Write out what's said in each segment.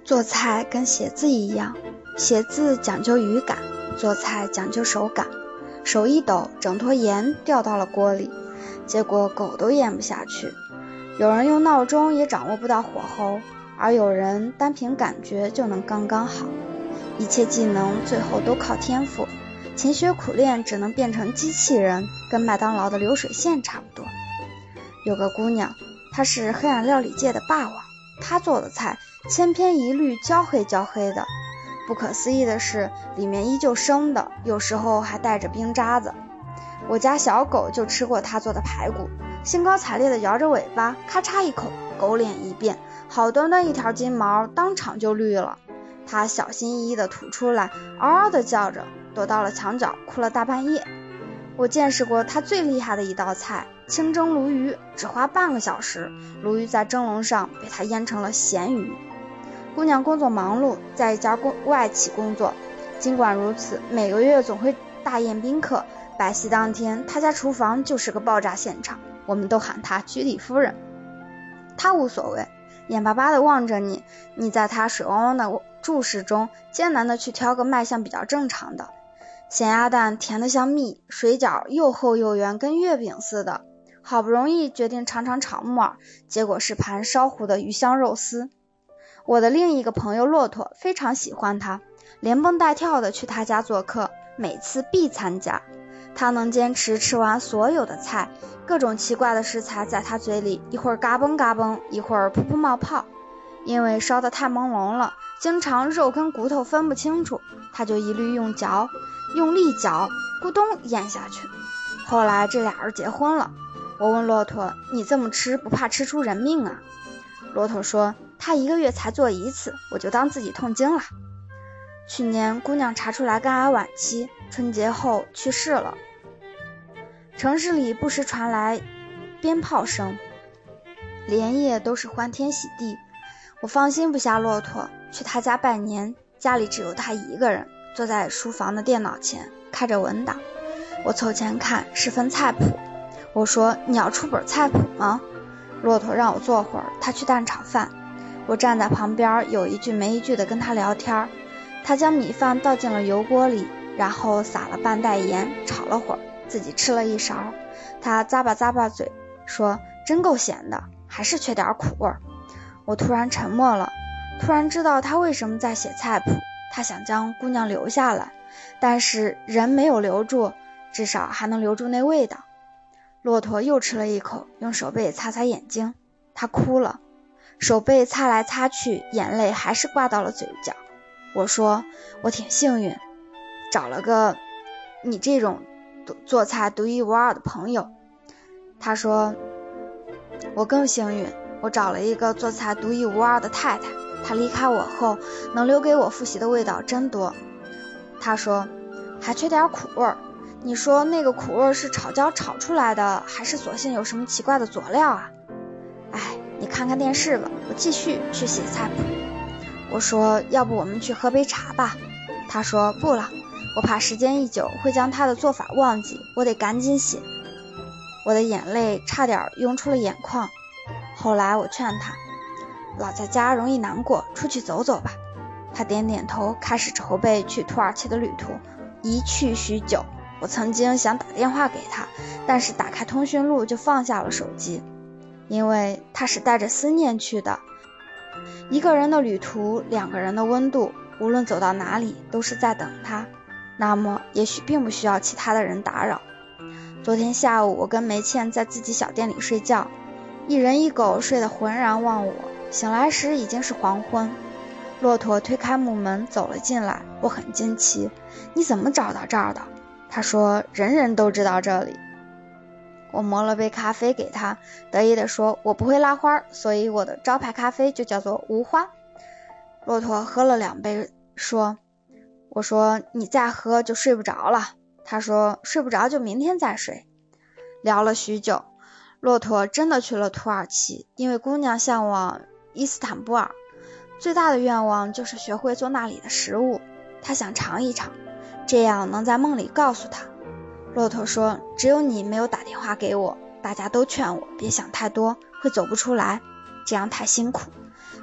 做菜跟写字一样，写字讲究语感，做菜讲究手感。手一抖，整坨盐掉到了锅里，结果狗都咽不下去。有人用闹钟也掌握不到火候，而有人单凭感觉就能刚刚好。一切技能最后都靠天赋，勤学苦练只能变成机器人，跟麦当劳的流水线差不多。有个姑娘，她是黑暗料理界的霸王，她做的菜千篇一律，焦黑焦黑的。不可思议的是，里面依旧生的，有时候还带着冰渣子。我家小狗就吃过她做的排骨，兴高采烈地摇着尾巴，咔嚓一口，狗脸一变，好端端一条金毛当场就绿了。她小心翼翼地吐出来，嗷嗷地叫着，躲到了墙角，哭了大半夜。我见识过她最厉害的一道菜，清蒸鲈鱼，只花半个小时，鲈鱼在蒸笼上被她腌成了咸鱼。姑娘工作忙碌，在一家外企工作，尽管如此，每个月总会大宴宾客，摆席当天，她家厨房就是个爆炸现场，我们都喊她居里夫人。她无所谓，眼巴巴地望着你，你在她水汪汪的注视中艰难地去挑个卖相比较正常的。咸鸭蛋甜得像蜜，水饺又厚又圆，跟月饼似的。好不容易决定尝尝炒木耳，结果是盘烧糊的鱼香肉丝。我的另一个朋友骆驼非常喜欢他，连蹦带跳的去他家做客，每次必参加。他能坚持吃完所有的菜，各种奇怪的食材在他嘴里一会儿嘎嘣嘎嘣，一会儿噗噗冒泡。因为烧得太朦胧了，经常肉跟骨头分不清楚，他就一律用力嚼，咕咚咽下去。后来这俩人结婚了，我问骆驼，你这么吃不怕吃出人命啊？骆驼说，他1个月才做1次，我就当自己痛经了。去年姑娘查出来肝癌晚期，春节后去世了。城市里不时传来鞭炮声，连夜都是欢天喜地。我放心不下骆驼，去他家拜年，家里只有他一个人，坐在书房的电脑前开着文档。我凑前看，是份菜谱。我说，你要出本菜谱吗？骆驼让我坐会儿，他去蛋炒饭。我站在旁边，有一句没一句的跟他聊天。他将米饭倒进了油锅里，然后撒了半袋盐，炒了会儿，自己吃了一勺。他咂巴嘴，说，真够咸的，还是缺点苦味。我突然沉默了，突然知道他为什么在写菜谱。他想将姑娘留下来，但是人没有留住，至少还能留住那味道。骆驼又吃了一口，用手背擦擦眼睛，他哭了，手背擦来擦去，眼泪还是挂到了嘴角。我说，我挺幸运，找了个你这种做菜独一无二的朋友。他说，我更幸运，我找了一个做菜独一无二的太太，她离开我后能留给我复习的味道真多。他说，还缺点苦味儿，你说那个苦味是炒椒炒出来的，还是索性有什么奇怪的佐料啊？哎，你看看电视吧，我继续去写菜谱。我说，要不我们去喝杯茶吧？他说，不了，我怕时间一久会将他的做法忘记，我得赶紧写。我的眼泪差点涌出了眼眶。后来我劝他，老在家容易难过，出去走走吧。他点点头，开始筹备去土耳其的旅途，一去许久。我曾经想打电话给他，但是打开通讯录就放下了手机，因为他是带着思念去的。一个人的旅途，2个人的温度，无论走到哪里都是在等他，那么也许并不需要其他的人打扰。昨天下午我跟梅倩在自己小店里睡觉，一人一狗睡得浑然忘我，醒来时已经是黄昏。骆驼推开木门走了进来，我很惊奇，你怎么找到这儿的？他说，人人都知道这里。我磨了杯咖啡给他，得意地说，我不会拉花，所以我的招牌咖啡就叫做无花。骆驼喝了2杯，说，我说，你再喝就睡不着了。他说，睡不着就明天再睡。聊了许久，骆驼真的去了土耳其，因为姑娘向往伊斯坦布尔，最大的愿望就是学会做那里的食物，他想尝一尝，这样能在梦里告诉他。骆驼说，只有你没有打电话给我，大家都劝我别想太多，会走不出来，这样太辛苦。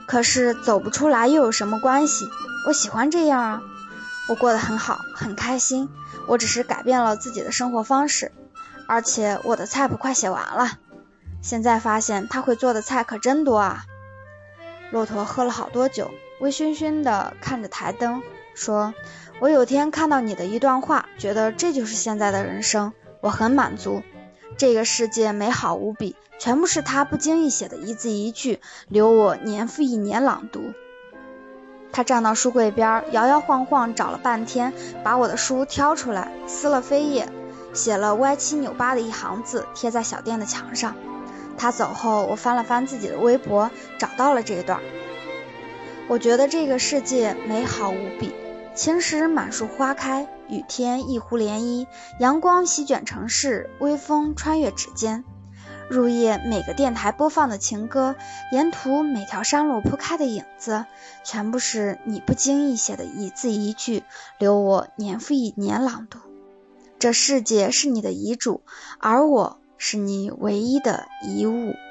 可是走不出来又有什么关系？我喜欢这样啊，我过得很好，很开心，我只是改变了自己的生活方式，而且我的菜谱快写完了，现在发现他会做的菜可真多啊。骆驼喝了好多酒，微醺醺地看着台灯，说，我有天看到你的一段话，觉得这就是现在的人生，我很满足。这个世界美好无比，全部是他不经意写的一字一句，留我年复一年朗读。他站到书柜边，摇摇晃晃找了半天，把我的书挑出来，撕了扉页，写了歪七扭八的一行字，贴在小店的墙上。他走后，我翻了翻自己的微博，找到了这一段。我觉得这个世界美好无比，晴时满树花开，雨天一湖涟漪，阳光席卷城市，微风穿越指尖。入夜每个电台播放的情歌，沿途每条山路铺开的影子，全部是你不经意写的一字一句，留我年复一年朗读。这世界是你的遗嘱，而我是你唯一的遗物。